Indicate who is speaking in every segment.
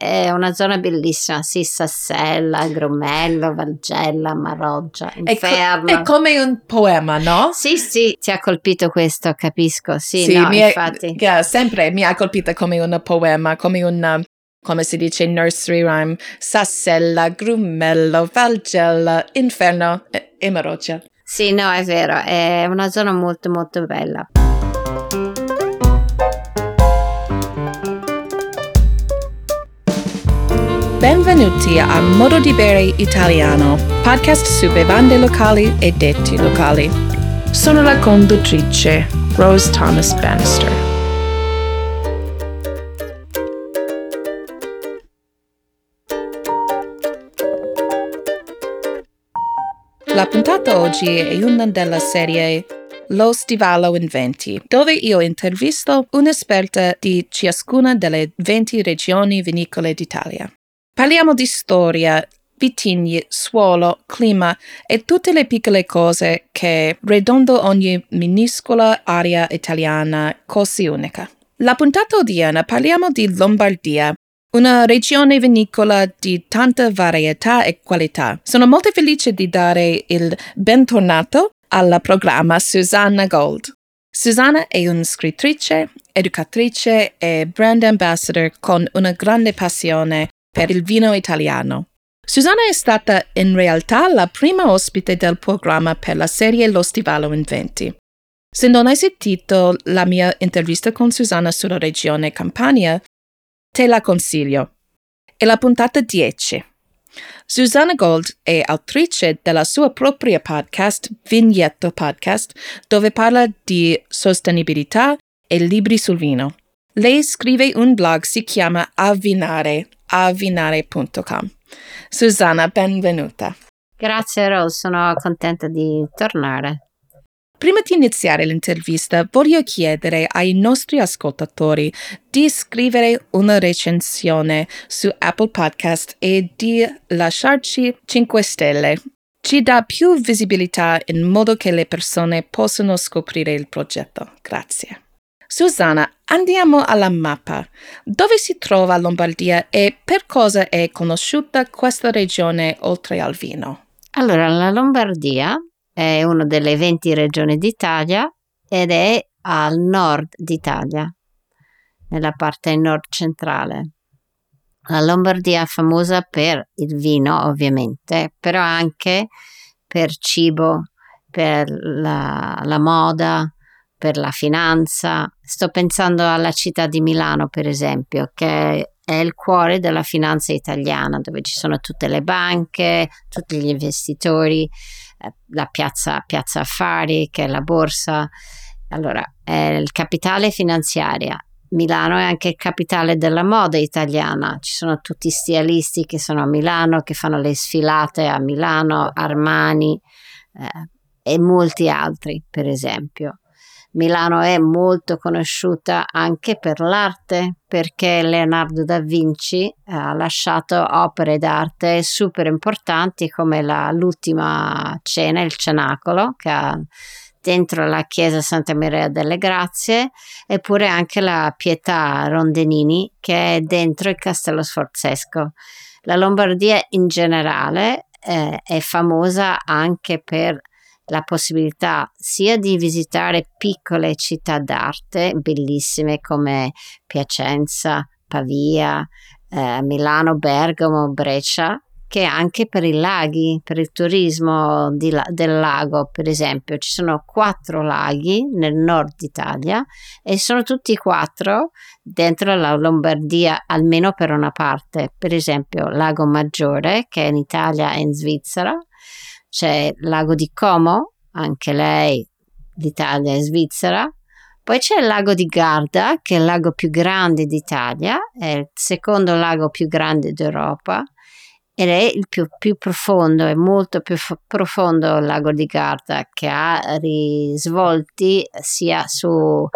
Speaker 1: è una zona bellissima, sì, Sassella, Grumello, Valgella, Maroggia, Inferno.
Speaker 2: È come un poema, no?
Speaker 1: Sì, ti ha colpito questo, capisco, sì,
Speaker 2: Sì,
Speaker 1: no, infatti.
Speaker 2: sempre mi ha colpito come un poema, come un, come si dice, nursery rhyme, Sassella, Grumello, Valgella, Inferno e Maroggia.
Speaker 1: Sì, no, è vero, è una zona molto molto bella.
Speaker 2: Benvenuti a Modo di Bere Italiano, podcast su bevande locali e detti locali. Sono la conduttrice Rose Thomas Bannister. La puntata oggi è una della serie Lo Stivalo in 20, dove io intervisto un'esperta di ciascuna delle 20 regioni vinicole d'Italia. Parliamo di storia, vitigni, suolo, clima e tutte le piccole cose che rendono ogni minuscola area italiana così unica. La puntata odierna parliamo di Lombardia, una regione vinicola di tanta varietà e qualità. Sono molto felice di dare il bentornato al programma Susanna Gold. Susanna è una scrittrice, educatrice e brand ambassador con una grande passione per il vino italiano. Susanna è stata in realtà la prima ospite del programma per la serie Lo Stivalo in 20. Se non hai sentito la mia intervista con Susanna sulla regione Campania, te la consiglio. È la puntata 10. Susanna Gold è autrice della sua propria podcast, Vignetto Podcast, dove parla di sostenibilità e libri sul vino. Lei scrive un blog, si chiama avinare.com. Susanna, benvenuta.
Speaker 1: Grazie Rose, sono contenta di tornare.
Speaker 2: Prima di iniziare l'intervista, voglio chiedere ai nostri ascoltatori di scrivere una recensione su Apple Podcast e di lasciarci 5 stelle. Ci dà più visibilità in modo che le persone possano scoprire il progetto. Grazie. Susanna, andiamo alla mappa. Dove si trova Lombardia e per cosa è conosciuta questa regione oltre al vino?
Speaker 1: Allora, la Lombardia è una delle 20 regioni d'Italia ed è al nord d'Italia, nella parte nord centrale. La Lombardia è famosa per il vino, ovviamente, però anche per cibo, per la moda, per la finanza. Sto pensando alla città di Milano, per esempio, che è il cuore della finanza italiana, dove ci sono tutte le banche, tutti gli investitori, la piazza affari, che è la borsa. Allora, è il capitale finanziaria. Milano è anche il capitale della moda italiana, ci sono tutti stilisti che sono a Milano, che fanno le sfilate a Milano, Armani e molti altri, per esempio. Milano è molto conosciuta anche per l'arte, perché Leonardo da Vinci ha lasciato opere d'arte super importanti come l'ultima cena, il Cenacolo, che ha dentro la chiesa Santa Maria delle Grazie, eppure anche la Pietà Rondenini, che è dentro il Castello Sforzesco. La Lombardia in generale è famosa anche per la possibilità sia di visitare piccole città d'arte bellissime come Piacenza, Pavia, Milano, Bergamo, Brescia, che anche per i laghi, per il turismo del lago, per esempio. Ci sono 4 laghi nel nord Italia e sono tutti 4 dentro la Lombardia, almeno per una parte. Per esempio Lago Maggiore, che è in Italia e in Svizzera. C'è il lago di Como, anche lei d'Italia e Svizzera. Poi c'è il lago di Garda, che è il lago più grande d'Italia, è il secondo lago più grande d'Europa ed è il più profondo, è molto più profondo il lago di Garda, che ha risvolti sia su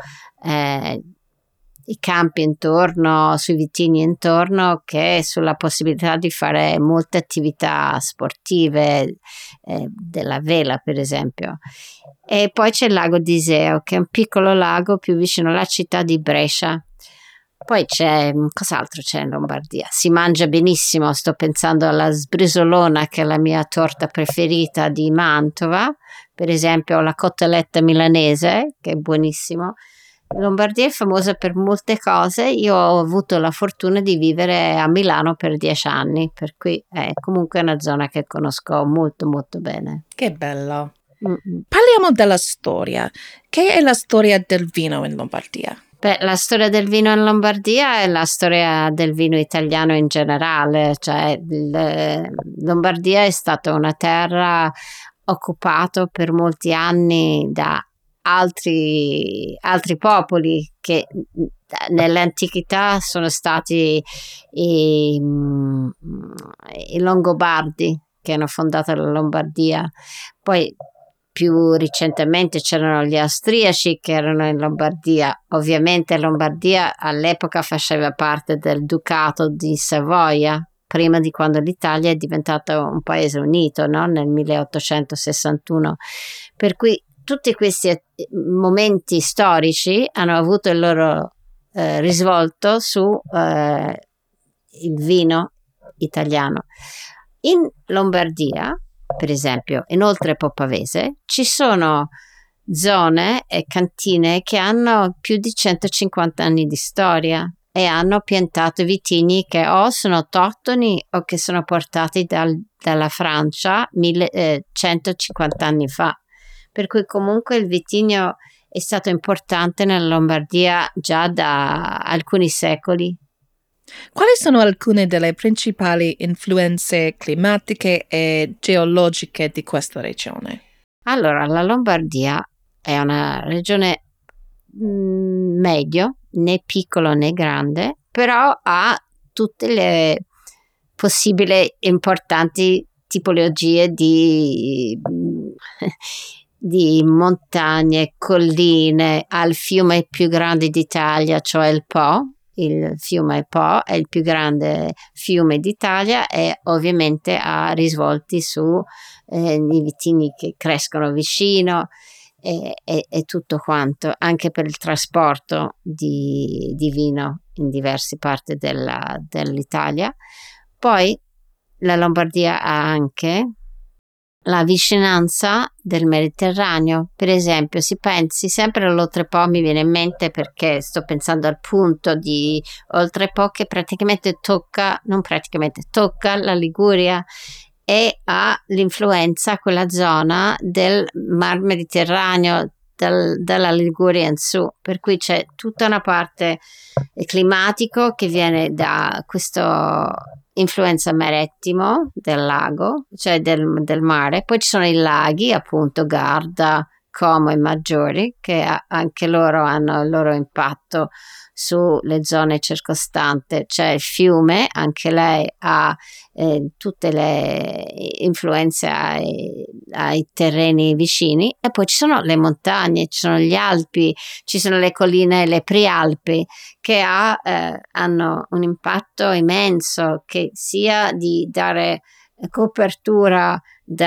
Speaker 1: i campi intorno, sui vitigni intorno, che sulla possibilità di fare molte attività sportive, della vela per esempio. E poi c'è il lago di Iseo, che è un piccolo lago più vicino alla città di Brescia. Poi c'è, cos'altro c'è in Lombardia? Si mangia benissimo, sto pensando alla sbrisolona, che è la mia torta preferita di Mantova, per esempio la cotoletta milanese, che è buonissimo. Lombardia è famosa per molte cose. Io ho avuto la fortuna di vivere a Milano per 10 anni, per cui è comunque una zona che conosco molto molto bene.
Speaker 2: Che bello.
Speaker 1: Mm-mm.
Speaker 2: Parliamo della storia. Che è la storia del vino in Lombardia?
Speaker 1: Beh, la storia del vino in Lombardia è la storia del vino italiano in generale, cioè Lombardia è stata una terra occupata per molti anni da altri popoli che nell'antichità sono stati i Longobardi che hanno fondato la Lombardia. Poi più recentemente c'erano gli austriaci che erano in Lombardia. Ovviamente Lombardia all'epoca faceva parte del Ducato di Savoia, prima di quando l'Italia è diventato un paese unito, no? Nel 1861. Per cui tutti questi momenti storici hanno avuto il loro risvolto su il vino italiano. In Lombardia, per esempio, inoltre Pavese, ci sono zone e cantine che hanno più di 150 anni di storia e hanno piantato vitigni che o sono autoctoni o che sono portati dalla Francia 150 anni fa. Per cui comunque il vitigno è stato importante nella Lombardia già da alcuni secoli.
Speaker 2: Quali sono alcune delle principali influenze climatiche e geologiche di questa regione?
Speaker 1: Allora, la Lombardia è una regione medio, né piccolo né grande, però ha tutte le possibili importanti tipologie di montagne, colline, ha il fiume più grande d'Italia, cioè il Po. Il fiume Po è il più grande fiume d'Italia e ovviamente ha risvolti su i vitigni che crescono vicino e tutto quanto, anche per il trasporto di vino in diverse parti dell'Italia. Poi la Lombardia ha anche la vicinanza del Mediterraneo. Per esempio, si pensi sempre all'Oltrepò, mi viene in mente perché sto pensando al punto di Oltrepò che tocca la Liguria e ha l'influenza quella zona del Mar Mediterraneo, dalla Liguria in su, per cui c'è tutta una parte climatico che viene da questa influenza marittimo del lago, cioè del mare. Poi ci sono i laghi, appunto Garda, Como e Maggiore, che anche loro hanno il loro impatto sulle zone circostanti. C'è il fiume, anche lei ha tutte le influenze ai terreni vicini, e poi ci sono le montagne, ci sono gli Alpi, ci sono le colline, le Prealpi, che hanno un impatto immenso, che sia di dare copertura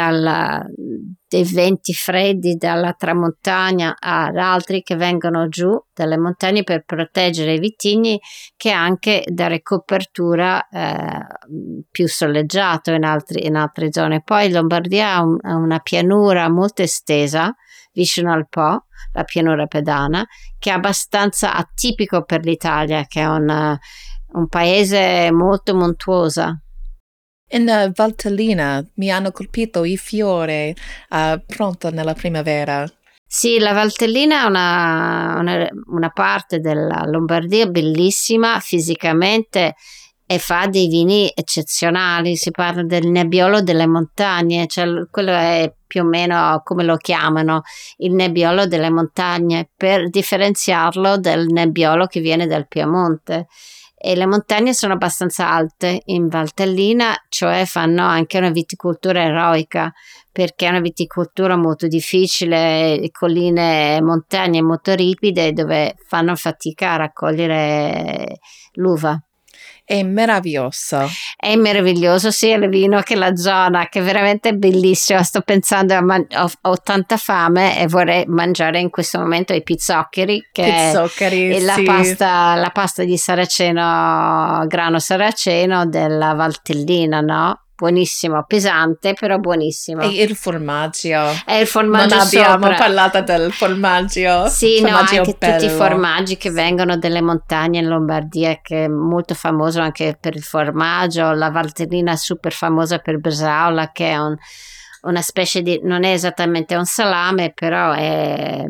Speaker 1: dei venti freddi dalla tramontana ad altri che vengono giù dalle montagne per proteggere i vitigni, che anche dare copertura più soleggiato in altre zone. Poi Lombardia ha una pianura molto estesa vicino al Po, la pianura padana, che è abbastanza atipico per l'Italia, che è un paese molto montuosa.
Speaker 2: In Valtellina mi hanno colpito i fiori pronto nella primavera.
Speaker 1: Sì, la Valtellina è una parte della Lombardia bellissima fisicamente e fa dei vini eccezionali. Si parla del Nebbiolo delle montagne, cioè quello è più o meno come lo chiamano, il Nebbiolo delle montagne, per differenziarlo dal Nebbiolo che viene dal Piemonte. E le montagne sono abbastanza alte in Valtellina, cioè fanno anche una viticoltura eroica, perché è una viticoltura molto difficile, colline e montagne molto ripide dove fanno fatica a raccogliere l'uva.
Speaker 2: È meraviglioso.
Speaker 1: È meraviglioso sia il vino che la zona, che è veramente bellissima. Sto pensando, ho tanta fame e vorrei mangiare in questo momento i pizzoccheri, che
Speaker 2: Pizzoccheri,
Speaker 1: è
Speaker 2: sì.
Speaker 1: la pasta di saraceno, grano saraceno della Valtellina, no? Buonissimo, pesante però buonissimo.
Speaker 2: E il formaggio.
Speaker 1: È il formaggio
Speaker 2: Non abbiamo
Speaker 1: sopra.
Speaker 2: parlato del formaggio.
Speaker 1: Sì, no,
Speaker 2: Formaggio
Speaker 1: anche
Speaker 2: bello.
Speaker 1: tutti i formaggi che vengono dalle montagne in Lombardia, che è molto famoso anche per il formaggio. La Valtellina è super famosa per Bresaola, che è una specie di, non è esattamente un salame, però è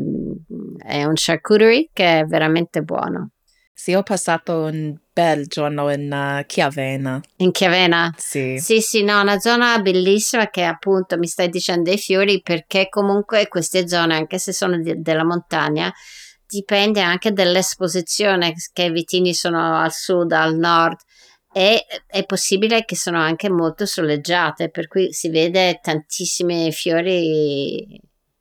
Speaker 1: un charcuterie che è veramente buono.
Speaker 2: Sì, ho passato un bel giorno in Chiavenna.
Speaker 1: In Chiavenna?
Speaker 2: Sì.
Speaker 1: Sì, no, una zona bellissima che appunto mi stai dicendo dei fiori, perché comunque queste zone, anche se sono della montagna, dipende anche dall'esposizione, che i vitigni sono al sud, al nord, e è possibile che sono anche molto soleggiate, per cui si vede tantissimi fiori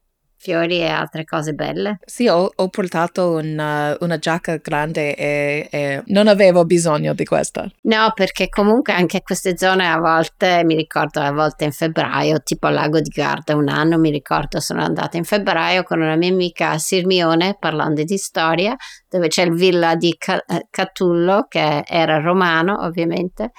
Speaker 1: e altre cose belle.
Speaker 2: Sì, ho portato una giacca grande e non avevo bisogno di questa.
Speaker 1: No, perché comunque anche queste zone a volte, mi ricordo a volte in febbraio, tipo al Lago di Garda, un anno mi ricordo sono andata in febbraio con una mia amica a Sirmione, parlando di storia, dove c'è il villa di Catullo, che era romano ovviamente,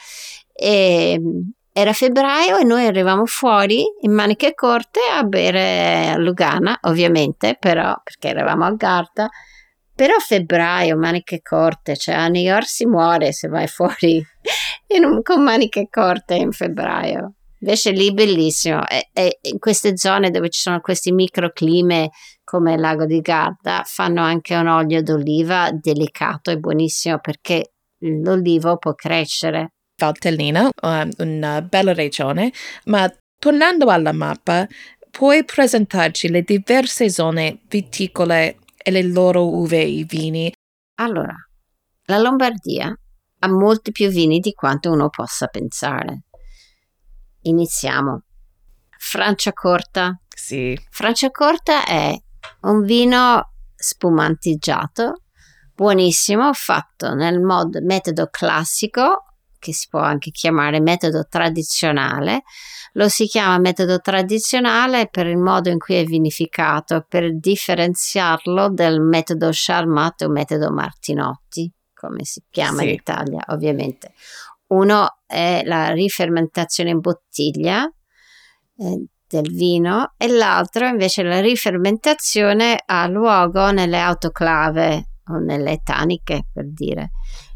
Speaker 1: e era febbraio e noi arrivavamo fuori in maniche corte a bere a Lugana, ovviamente, però perché eravamo a Garda. Però febbraio, maniche corte, cioè a New York si muore se vai fuori con maniche corte in febbraio. Invece lì bellissimo, e in queste zone dove ci sono questi microclimi come il lago di Garda fanno anche un olio d'oliva delicato e buonissimo, perché l'olivo può crescere.
Speaker 2: Valtellina, una bella regione, ma tornando alla mappa, puoi presentarci le diverse zone viticole e le loro uve e i vini?
Speaker 1: Allora, la Lombardia ha molti più vini di quanto uno possa pensare. Iniziamo. Franciacorta.
Speaker 2: Sì.
Speaker 1: Franciacorta è un vino spumanteggiato, buonissimo, fatto nel metodo classico, che si può anche chiamare metodo tradizionale. Lo si chiama metodo tradizionale per il modo in cui è vinificato, per differenziarlo del metodo Charmat o metodo Martinotti, come si chiama in Italia, ovviamente. Uno è la rifermentazione in bottiglia del vino, e l'altro invece la rifermentazione ha luogo nelle autoclave o nelle taniche, per dire.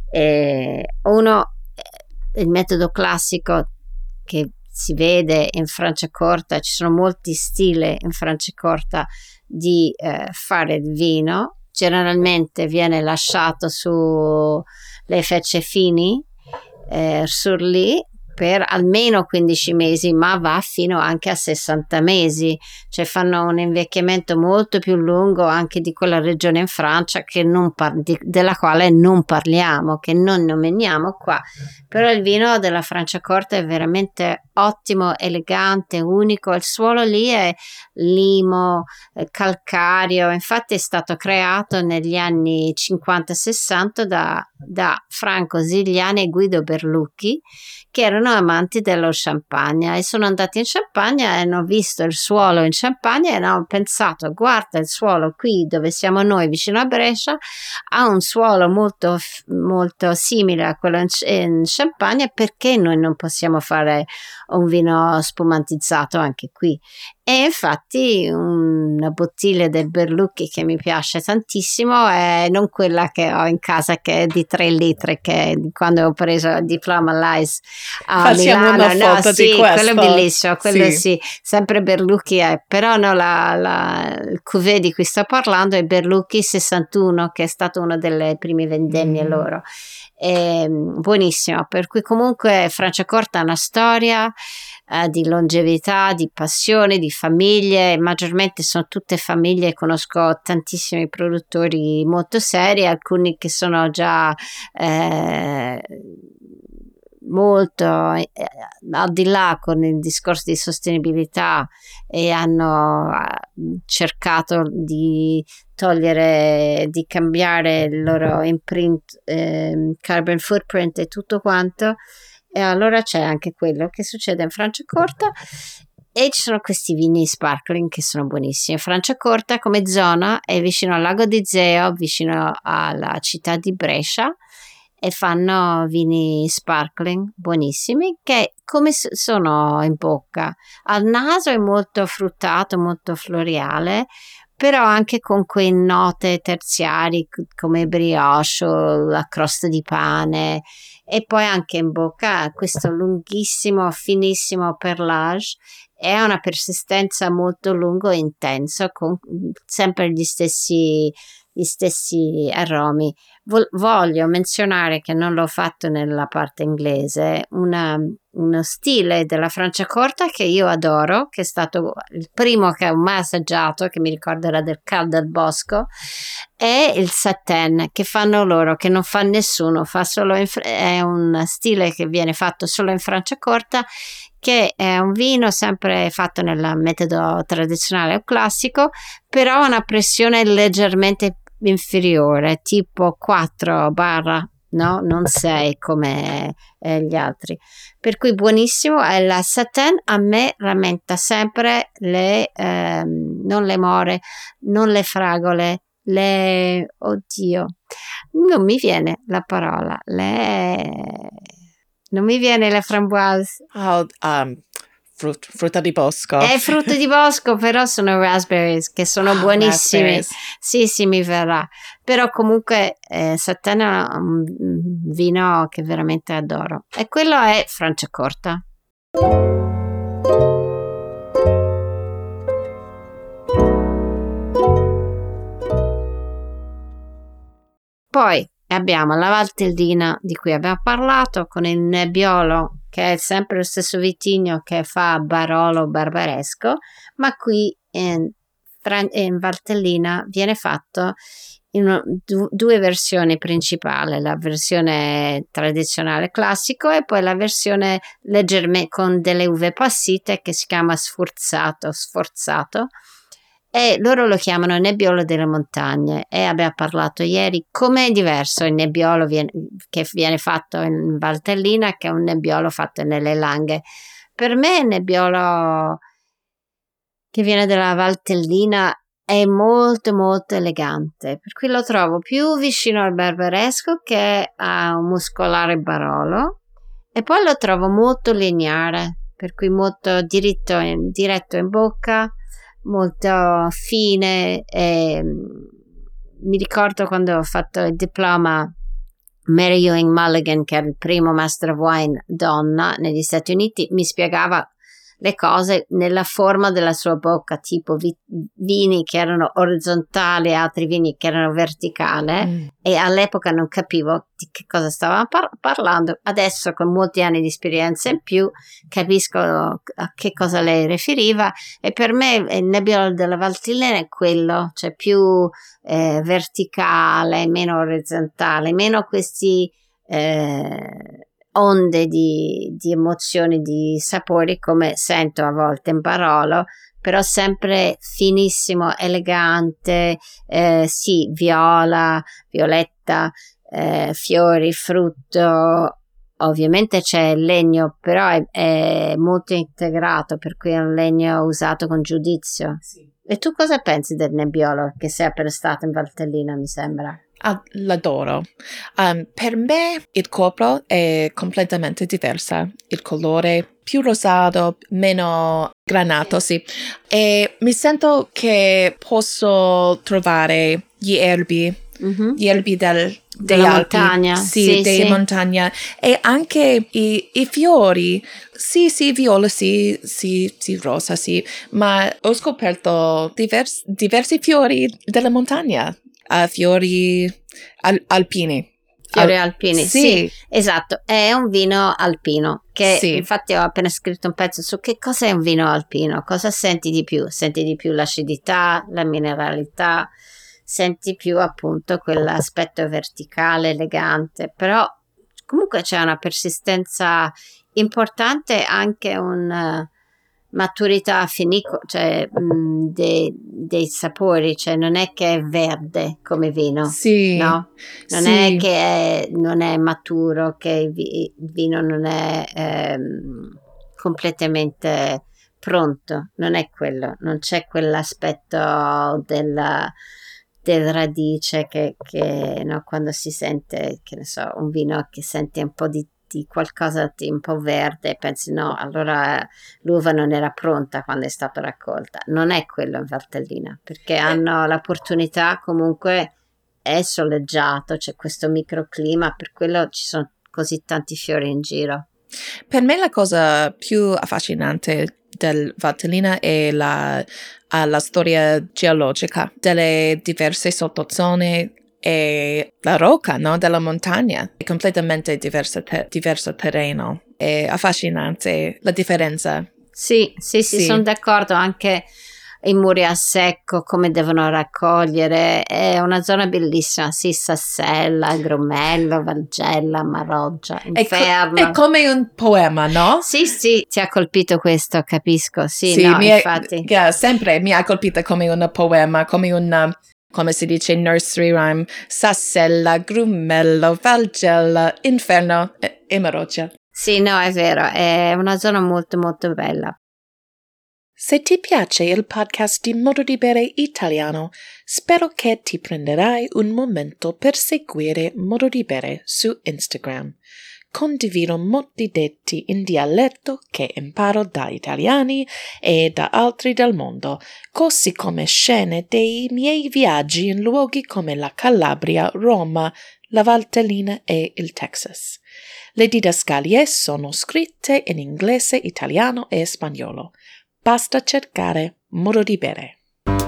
Speaker 1: Uno, il metodo classico che si vede in Franciacorta, ci sono molti stili in Franciacorta di fare il vino, generalmente viene lasciato su le fece fini sur lì per almeno 15 mesi, ma va fino anche a 60 mesi, cioè fanno un invecchiamento molto più lungo anche di quella regione in Francia della quale non parliamo, che non nominiamo qua. Però il vino della Franciacorta è veramente ottimo, elegante, unico. Il suolo lì è limo, calcario, infatti è stato creato negli anni 50-60 da Franco Zigliani e Guido Berlucchi, che erano amanti dello Champagne, e sono andati in Champagne e hanno visto il suolo in Champagne e hanno pensato: guarda, il suolo qui dove siamo noi vicino a Brescia ha un suolo molto, molto simile a quello in Champagne, perché noi non possiamo fare un vino spumantizzato anche qui? E infatti una bottiglia del Berlucchi che mi piace tantissimo è non quella che ho in casa, che è di 3 litri, che quando ho preso il diploma LICE a
Speaker 2: Facciamo
Speaker 1: Milano,
Speaker 2: una foto di questo.
Speaker 1: quello è bellissimo, quello sì, sempre Berlucchi però no, il cuvée di cui sto parlando è Berlucchi 61, che è stato uno delle prime vendemmie loro. Buonissimo, per cui comunque Franciacorta ha una storia di longevità, di passione, di famiglie, maggiormente sono tutte famiglie, conosco tantissimi produttori molto seri, alcuni che sono già molto al di là con il discorso di sostenibilità, e hanno cercato di togliere, di cambiare il loro imprint, carbon footprint e tutto quanto. E allora c'è anche quello che succede in Franciacorta, e ci sono questi vini sparkling che sono buonissimi. Franciacorta come zona è vicino al lago di Zeo, vicino alla città di Brescia, e fanno vini sparkling buonissimi che come sono in bocca. Al naso è molto fruttato, molto floreale, però anche con quei note terziari come brioche o la crosta di pane, e poi anche in bocca questo lunghissimo, finissimo perlage, e una persistenza molto lungo e intensa con sempre gli stessi aromi. Voglio menzionare che non l'ho fatto nella parte inglese, uno stile della Franciacorta che io adoro, che è stato il primo che ho mai assaggiato, che mi ricorderà del Cal del Bosco, è il Satin che fanno loro, che non fa nessuno, fa solo è un stile che viene fatto solo in Franciacorta, che è un vino sempre fatto nel metodo tradizionale o classico, però ha una pressione leggermente inferiore, tipo 4 barra, no? Non 6 come gli altri. Per cui buonissimo. La Satin a me rammenta sempre non le more, non le fragole, oddio, non mi viene la parola, non mi viene le framboise.
Speaker 2: Frutta di bosco.
Speaker 1: È frutto di bosco, però sono raspberries che sono buonissimi. Sì, mi verrà. Però comunque Satin è un vino che veramente adoro. E quello è Franciacorta. Poi abbiamo la Valtellina di cui abbiamo parlato, con il Nebbiolo, che è sempre lo stesso vitigno che fa Barolo Barbaresco, ma qui in Valtellina viene fatto in due versioni principali, la versione tradizionale classico e poi la versione leggermente con delle uve passite che si chiama sforzato, e loro lo chiamano Nebbiolo delle montagne. E abbiamo parlato ieri come è diverso il nebbiolo che viene fatto in Valtellina che un nebbiolo fatto nelle Langhe. Per me il nebbiolo che viene dalla Valtellina è molto molto elegante, per cui lo trovo più vicino al barbaresco che a un muscolare Barolo, e poi lo trovo molto lineare, per cui molto diretto in bocca, molto fine. Mi ricordo quando ho fatto il diploma, Mary Ewing Mulligan, che era il primo Master of Wine donna negli Stati Uniti, mi spiegava le cose nella forma della sua bocca, tipo vini che erano orizzontali, altri vini che erano verticali, e all'epoca non capivo di che cosa stavamo parlando. Adesso con molti anni di esperienza in più capisco a che cosa lei riferiva, e per me il Nebbiolo della Valtellina è quello, cioè più verticale, meno orizzontale, meno questi onde di emozioni, di sapori come sento a volte in Barolo, però sempre finissimo, elegante, sì, viola, violetta, fiori, frutto. Ovviamente c'è il legno, però è molto integrato, per cui è un legno usato con giudizio. Sì. E tu cosa pensi del Nebbiolo che sei appena stato in Valtellina, mi sembra?
Speaker 2: L'adoro. Per me il corpo è completamente diverso. Il colore più rosato, meno granato, sì. E mi sento che posso trovare gli erbi
Speaker 1: della montagna,
Speaker 2: sì, della montagna, e anche i fiori, sì, viola, sì, rosa, sì, ma ho scoperto diversi fiori della montagna, fiori alpini.
Speaker 1: Fiori alpini, sì, esatto, è un vino alpino che infatti ho appena scritto un pezzo su che cosa è un vino alpino, cosa senti di più? Senti di più l'acidità, la mineralità, senti più appunto quell'aspetto verticale, elegante, però comunque c'è una persistenza importante, anche un maturità cioè dei sapori, cioè non è che è verde come vino,
Speaker 2: Sì,
Speaker 1: no? Non
Speaker 2: sì.
Speaker 1: è che non è maturo, che il vino non è completamente pronto, non è quello, non c'è quell'aspetto del radice che no, quando si sente, che ne so, un vino che sente un po' di qualcosa di un po' verde, pensi no, allora l'uva non era pronta quando è stata raccolta. Non è quello in Valtellina, perché hanno l'opportunità, comunque è soleggiato, c'è questo microclima, per quello ci sono così tanti fiori in giro.
Speaker 2: Per me la cosa più affascinante del Valtellina è la storia geologica delle diverse sottozone e la rocca, no, della montagna. È completamente diverso terreno. È affascinante la differenza.
Speaker 1: Sì, sono d'accordo, anche i muri a secco, come devono raccogliere, è una zona bellissima, sì, Sassella, Grumello, Valgella, Maroggia, Inferno.
Speaker 2: È come un poema, no?
Speaker 1: Sì, ti ha colpito questo, capisco, sì, no,
Speaker 2: infatti. Sempre mi ha colpito come un poema, come si dice, nursery rhyme, Sassella, Grumello, Valgella, Inferno e Maroggia.
Speaker 1: Sì, no, è vero, è una zona molto molto bella.
Speaker 2: Se ti piace il podcast di Modo di Bere Italiano, spero che ti prenderai un momento per seguire Modo di Bere su Instagram. Condivido modi detti in dialetto che imparo da italiani e da altri del mondo, così come scene dei miei viaggi in luoghi come la Calabria, Roma, la Valtellina e il Texas. Le didascalie sono scritte in inglese, italiano e spagnolo. Basta cercare Modo di Bere.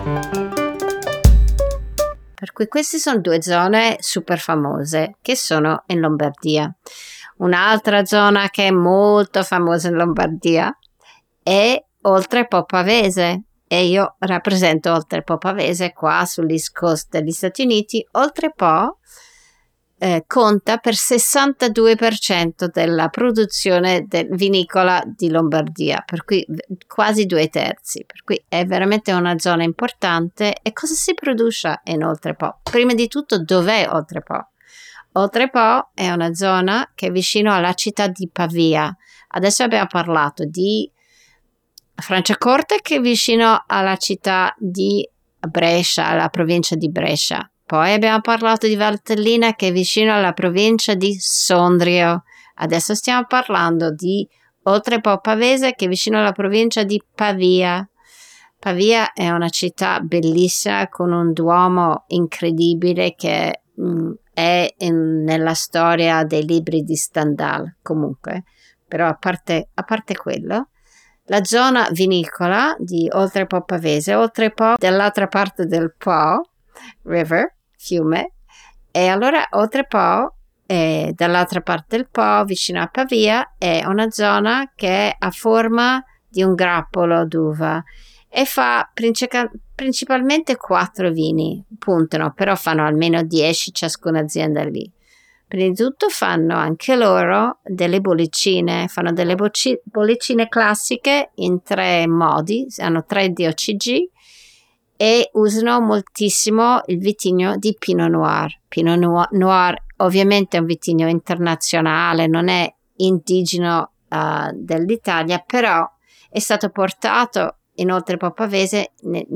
Speaker 1: Per cui queste sono due zone super famose che sono in Lombardia. Un'altra zona che è molto famosa in Lombardia è Oltrepo Pavese, e io rappresento Oltrepo Pavese qua sull'East Coast degli Stati Uniti. Oltrepo conta per 62% della produzione vinicola di Lombardia, per cui quasi 2/3, per cui è veramente una zona importante. E cosa si produce in Oltrepo? Prima di tutto, dov'è Oltrepo? Oltrepo è una zona che è vicino alla città di Pavia. Adesso abbiamo parlato di Franciacorta, che è vicino alla città di Brescia, alla provincia di Brescia. Poi abbiamo parlato di Valtellina, che è vicino alla provincia di Sondrio. Adesso stiamo parlando di Oltrepo Pavese, che è vicino alla provincia di Pavia. Pavia è una città bellissima con un duomo incredibile che è nella storia dei libri di Stendhal, comunque. Però a parte quello, la zona vinicola di Oltrepo Pavese, Oltrepo dall'altra parte del Po River, fiume, e allora Oltrepo dall'altra parte del Po, vicino a Pavia, è una zona che ha forma di un grappolo d'uva e fa principalmente 4 vini, puntano, però fanno almeno 10 ciascuna azienda lì. Prima di tutto fanno anche loro delle bollicine, fanno delle bollicine classiche in 3 modi, hanno 3 DOCG e usano moltissimo il vitigno di Pinot Noir. Pinot Noir ovviamente è un vitigno internazionale, non è indigeno dell'Italia, però è stato portato in Oltrepo Pavese nel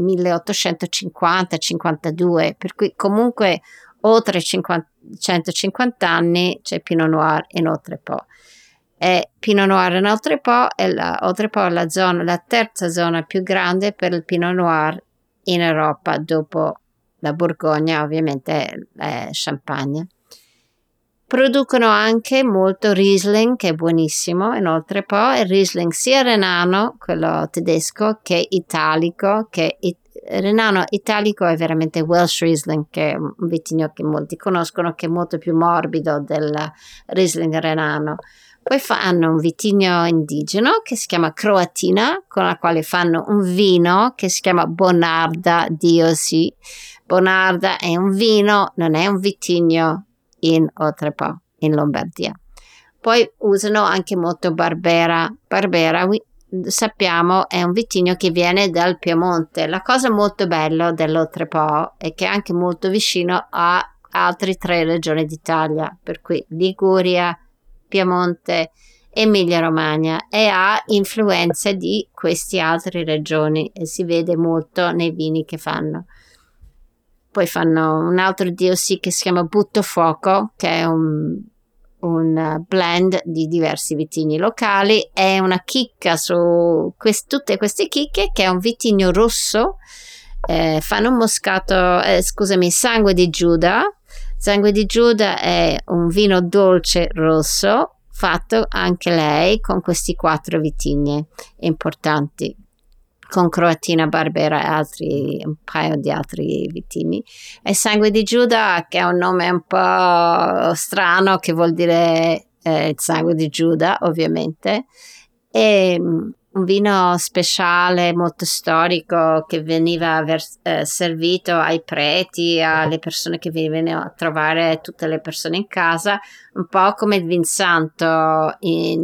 Speaker 1: 1850-52, per cui comunque oltre 150 anni c'è Pinot Noir in Oltrepo. Pinot Noir in Oltrepo Oltrepo è la terza zona più grande per il Pinot Noir in Europa, dopo la Borgogna, ovviamente Champagne. Producono anche molto Riesling, che è buonissimo in Oltrepo, e Riesling sia renano, quello tedesco, che italico, renano italico è veramente Welsh Riesling, che è un vitigno che molti conoscono, che è molto più morbido del Riesling renano. Poi hanno un vitigno indigeno che si chiama Croatina, con la quale fanno un vino che si chiama Bonarda DOC. Bonarda è un vino, non è un vitigno in Oltrepo, in Lombardia. Poi usano anche molto Barbera. Barbera, sappiamo, è un vitigno che viene dal Piemonte. La cosa molto bella dell'Oltrepò è che è anche molto vicino a altre 3 regioni d'Italia, per cui Liguria, Piemonte, Emilia-Romagna, e ha influenze di queste altre regioni e si vede molto nei vini che fanno. Poi fanno un altro DOC che si chiama Buttofuoco, che è un blend di diversi vitigni locali. È una chicca su tutte queste chicche, che è un vitigno rosso. Fanno un moscato, Sangue di Giuda. Sangue di Giuda è un vino dolce rosso fatto anche lei con questi 4 vitigni importanti, con Croatina, Barbera e un paio di altri vitigni. E Sangue di Giuda, che è un nome un po' strano, che vuol dire il sangue di Giuda, ovviamente. È un vino speciale, molto storico, che veniva servito ai preti, alle persone che venivano a trovare tutte le persone in casa, un po' come il vin santo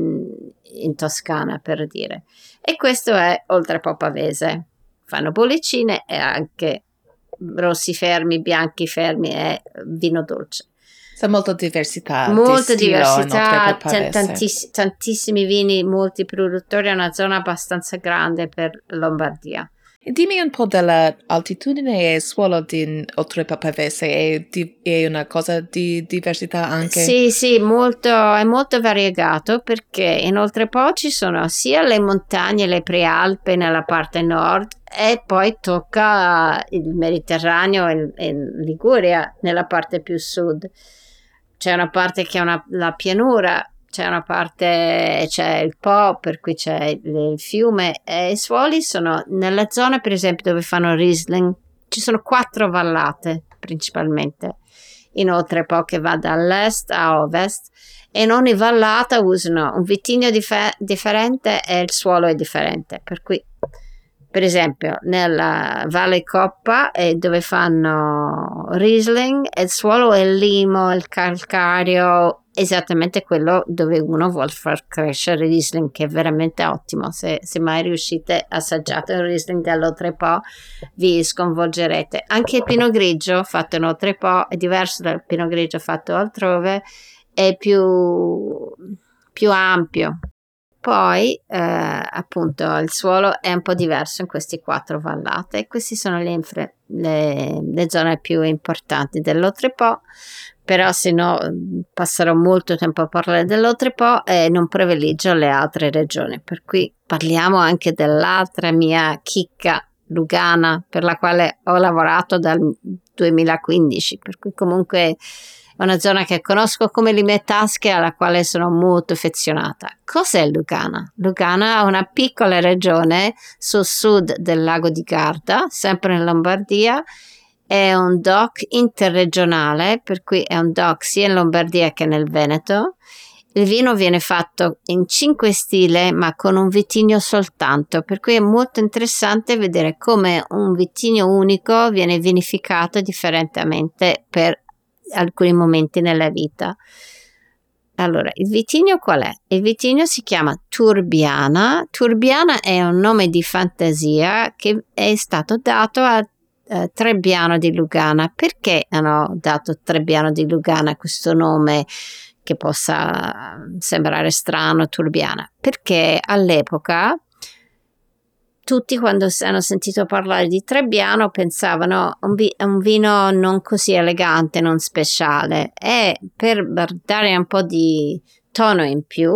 Speaker 1: in Toscana, per dire. E questo è Oltrepò Pavese. Fanno bollicine e anche rossi fermi, bianchi fermi e vino dolce.
Speaker 2: C'è molta diversità.
Speaker 1: Molta
Speaker 2: di stilo
Speaker 1: diversità,
Speaker 2: in Pavese.
Speaker 1: tantissimi vini, molti produttori, è una zona abbastanza grande per Lombardia.
Speaker 2: Dimmi un po' dell'altitudine e suolo di Oltrepò Pavese, è una cosa di diversità anche?
Speaker 1: Sì, è molto variegato, perché in Oltrepò ci sono sia le montagne, le prealpe nella parte nord, e poi tocca il Mediterraneo e Liguria nella parte più sud. C'è una parte che è la pianura, c'è una parte, c'è il Po, per cui c'è il fiume, e i suoli sono nella zona, per esempio, dove fanno Riesling. Ci sono 4 vallate principalmente, inoltre che va dall'est a ovest, e in ogni vallata usano un vitigno differente e il suolo è differente, per cui per esempio nella Valle Coppa dove fanno Riesling, il suolo è il limo, il calcario, esattamente quello dove uno vuole far crescere Riesling, che è veramente ottimo. Se mai riuscite a assaggiare il Riesling dell'Oltrepò vi sconvolgerete. Anche il Pinot Grigio fatto in Oltrepò è diverso dal Pinot Grigio fatto altrove, è più ampio. Poi appunto il suolo è un po' diverso in queste 4 vallate. Queste sono le zone più importanti dell'Oltrepò, però se no passerò molto tempo a parlare dell'Oltrepò e non privilegio le altre regioni, per cui parliamo anche dell'altra mia chicca, Lugana, per la quale ho lavorato dal 2015, per cui comunque è una zona che conosco come le mie tasche, alla quale sono molto affezionata. Cos'è Lugana? Lugana è una piccola regione sul sud del lago di Garda, sempre in Lombardia. È un DOC interregionale, per cui è un DOC sia in Lombardia che nel Veneto. Il vino viene fatto in 5 stile, ma con un vitigno soltanto, per cui è molto interessante vedere come un vitigno unico viene vinificato differentemente per alcuni momenti nella vita. Allora, il vitigno qual è? Il vitigno si chiama Turbiana. Turbiana è un nome di fantasia che è stato dato a Trebbiano di Lugana. Perché hanno dato Trebbiano di Lugana questo nome che possa sembrare strano, Turbiana? Perché all'epoca tutti, quando hanno sentito parlare di Trebbiano, pensavano a un vino non così elegante, non speciale, e per dare un po' di tono in più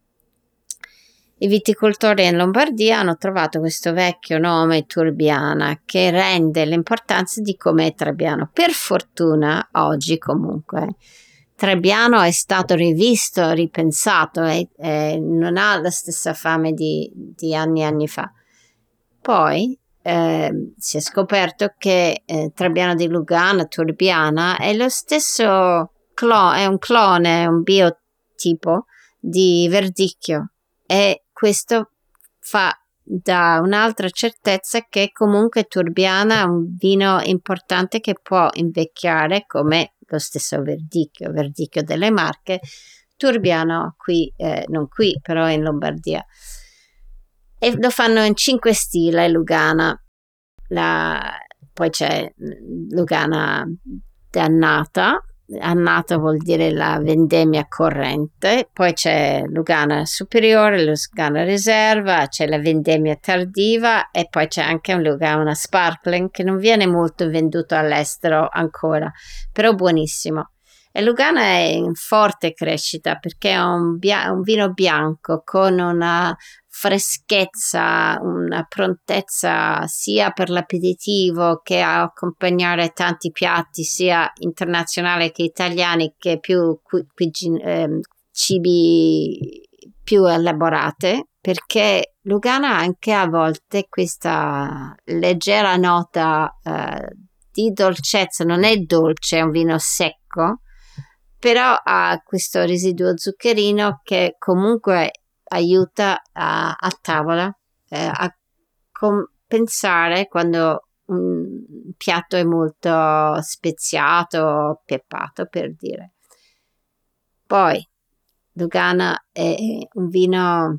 Speaker 1: i viticoltori in Lombardia hanno trovato questo vecchio nome Turbiana, che rende l'importanza di com'è Trebbiano. Per fortuna oggi comunque Trebbiano è stato rivisto, ripensato e non ha la stessa fame di anni e anni fa. Poi si è scoperto che Trebbiano di Lugana, Turbiana, è lo stesso è un clone, è un biotipo di Verdicchio, e questo dà un'altra certezza che comunque Turbiana è un vino importante che può invecchiare come lo stesso Verdicchio delle Marche, Turbiano, qui, non qui, però in Lombardia. E lo fanno in 5 stile, Lugana. Poi c'è Lugana annata. Annata vuol dire la vendemmia corrente, poi c'è Lugana superiore, Lugana riserva, c'è la vendemmia tardiva e poi c'è anche un Lugana sparkling che non viene molto venduto all'estero ancora, però buonissimo. E Lugana è in forte crescita perché è un vino bianco con una freschezza, una prontezza sia per l'aperitivo che a accompagnare tanti piatti sia internazionali che italiani, che più cibi più elaborate, perché Lugana ha anche a volte questa leggera nota di dolcezza, non è dolce, è un vino secco, però ha questo residuo zuccherino che comunque aiuta a tavola a compensare quando un piatto è molto speziato, peppato, per dire. Poi Lugana è un vino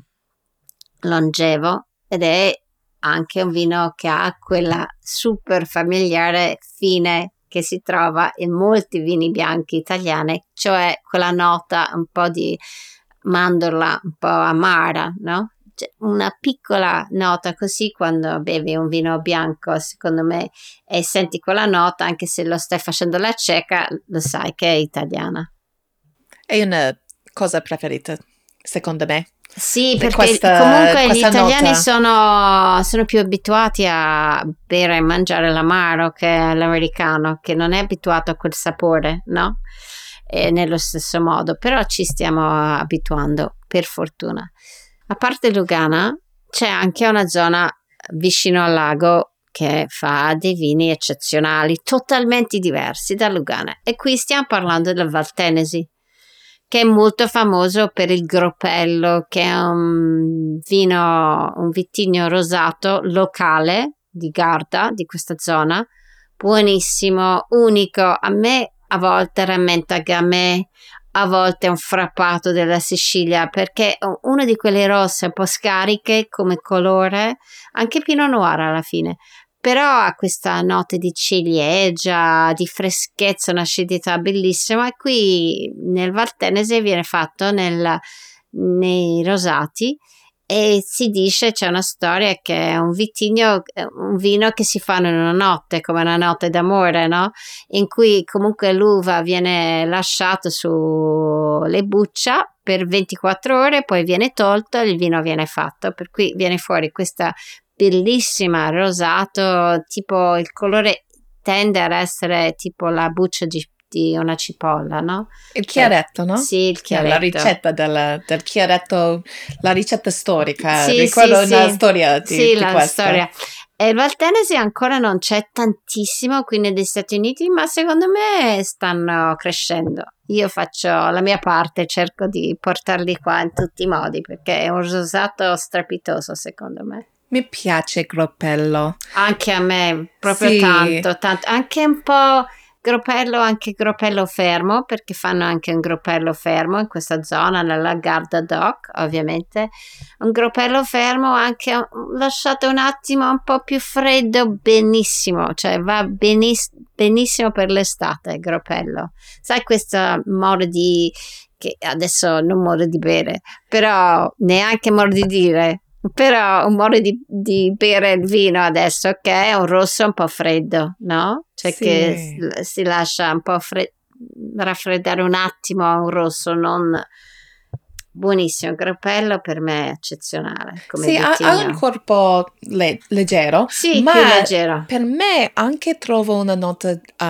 Speaker 1: longevo ed è anche un vino che ha quella super familiare fine che si trova in molti vini bianchi italiani, cioè quella nota un po' di mandorla, un po' amara, no? Cioè, una piccola nota così quando bevi un vino bianco, secondo me, e senti quella nota, anche se lo stai facendo la cieca, lo sai che è italiana.
Speaker 2: È una cosa preferita, secondo me.
Speaker 1: Sì, perché comunque gli italiani
Speaker 2: nota.
Speaker 1: sono più abituati a bere e mangiare l'amaro che l'americano, che non è abituato a quel sapore, no? E nello stesso modo, però ci stiamo abituando, per fortuna. A parte Lugana, c'è anche una zona vicino al lago che fa dei vini eccezionali, totalmente diversi da Lugana. E qui stiamo parlando del Valtenesi, che è molto famoso per il Gropello, che è un vitigno rosato locale di Garda, di questa zona, buonissimo, unico. A me a volte rammenta Gamay, a volte è un frappato della Sicilia, perché è una di quelle rosse un po' scariche come colore, anche Pinot Noir alla fine, però ha questa nota di ciliegia, di freschezza, un'acidità bellissima. E qui nel Valtenese viene fatto nei rosati e si dice, c'è una storia che è un vino che si fanno in una notte, come una notte d'amore, no? In cui comunque l'uva viene lasciata sulle buccia per 24 ore, poi viene tolto e il vino viene fatto, per cui viene fuori questa bellissima rosato, tipo il colore tende ad essere tipo la buccia di una cipolla, no?
Speaker 2: Il chiaretto, no?
Speaker 1: Sì, il chiaretto.
Speaker 2: La ricetta del chiaretto, la ricetta storica.
Speaker 1: Sì,
Speaker 2: Ricordo una
Speaker 1: sì.
Speaker 2: storia di
Speaker 1: la
Speaker 2: questa.
Speaker 1: Storia. E il Valtenesi ancora non c'è tantissimo qui negli Stati Uniti, ma secondo me stanno crescendo. Io faccio la mia parte, cerco di portarli qua in tutti i modi, perché è un rosato strepitoso, secondo me.
Speaker 2: Mi piace il Gropello.
Speaker 1: Anche a me, proprio
Speaker 2: sì.
Speaker 1: tanto. Anche un po' Gropello, anche Gropello fermo, perché fanno anche un Gropello fermo in questa zona, nella Garda Doc, ovviamente. Un Gropello fermo anche lasciato un attimo un po' più freddo, benissimo, cioè va benissimo per l'estate il Gropello. Sai questo modo che adesso non modo di bere, però neanche modo di dire, però un modo di bere il vino adesso, che è un rosso un po' freddo, no? Cioè sì, che si lascia un po' raffreddare un attimo a un rosso, non buonissimo. Il Gropello per me è eccezionale come
Speaker 2: sì, ha un corpo leggero,
Speaker 1: sì,
Speaker 2: ma
Speaker 1: più leggero.
Speaker 2: Per me anche trovo una nota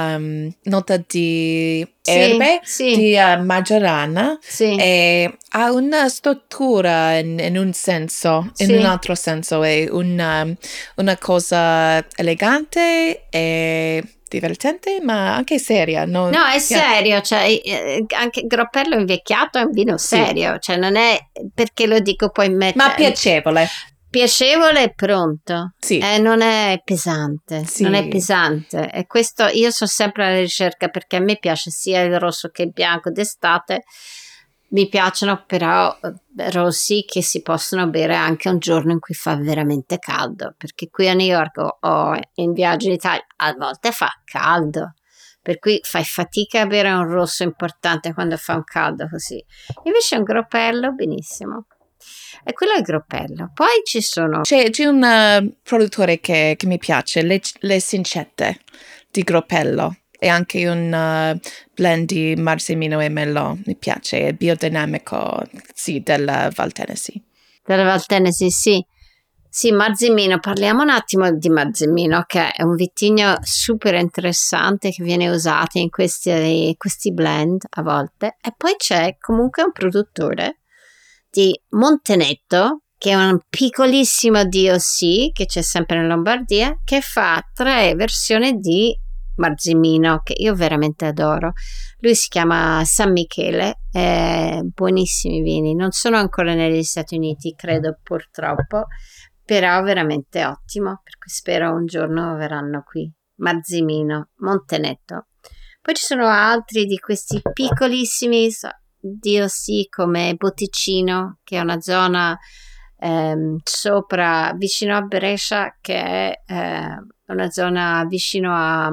Speaker 2: di erbe, di margiana, e ha una struttura in un senso, in un altro senso, è una cosa elegante e divertente, ma anche seria. No,
Speaker 1: è serio, cioè anche Gropello invecchiato è un vino serio, cioè non è, perché lo dico poi
Speaker 2: ma piacevole.
Speaker 1: Piacevole e pronto,
Speaker 2: sì.
Speaker 1: Non è pesante, non è pesante, e questo io sono sempre alla ricerca, perché a me piace sia il rosso che il bianco d'estate, Mi piacciono però rossi che si possono bere anche un giorno in cui fa veramente caldo, perché qui a New York o in viaggio in Italia a volte fa caldo, per cui fai fatica a bere un rosso importante quando fa un caldo così. Invece un groppello, benissimo. E quello è il groppello. Poi ci sono...
Speaker 2: C'è un produttore che mi piace, le Sincette di groppello. E anche un blend di Marzemino e Merlot, mi piace, è biodinamico, sì, della Val Tennessee.
Speaker 1: Della Val Tennessee, sì. Sì, Marzemino, parliamo un attimo di Marzemino, che è un vitigno super interessante che viene usato in questi blend a volte. E poi c'è comunque un produttore di Montenetto, che è un piccolissimo DOC, che c'è sempre in Lombardia, che fa 3 versioni di Marzemino, che io veramente adoro. Lui si chiama San Michele, buonissimi vini, non sono ancora negli Stati Uniti, credo, purtroppo, però veramente ottimo, per cui spero un giorno verranno qui. Marzemino, Montenetto. Poi ci sono altri di questi piccolissimi DOC come Botticino, che è una zona sopra, vicino a Brescia, che è una zona vicino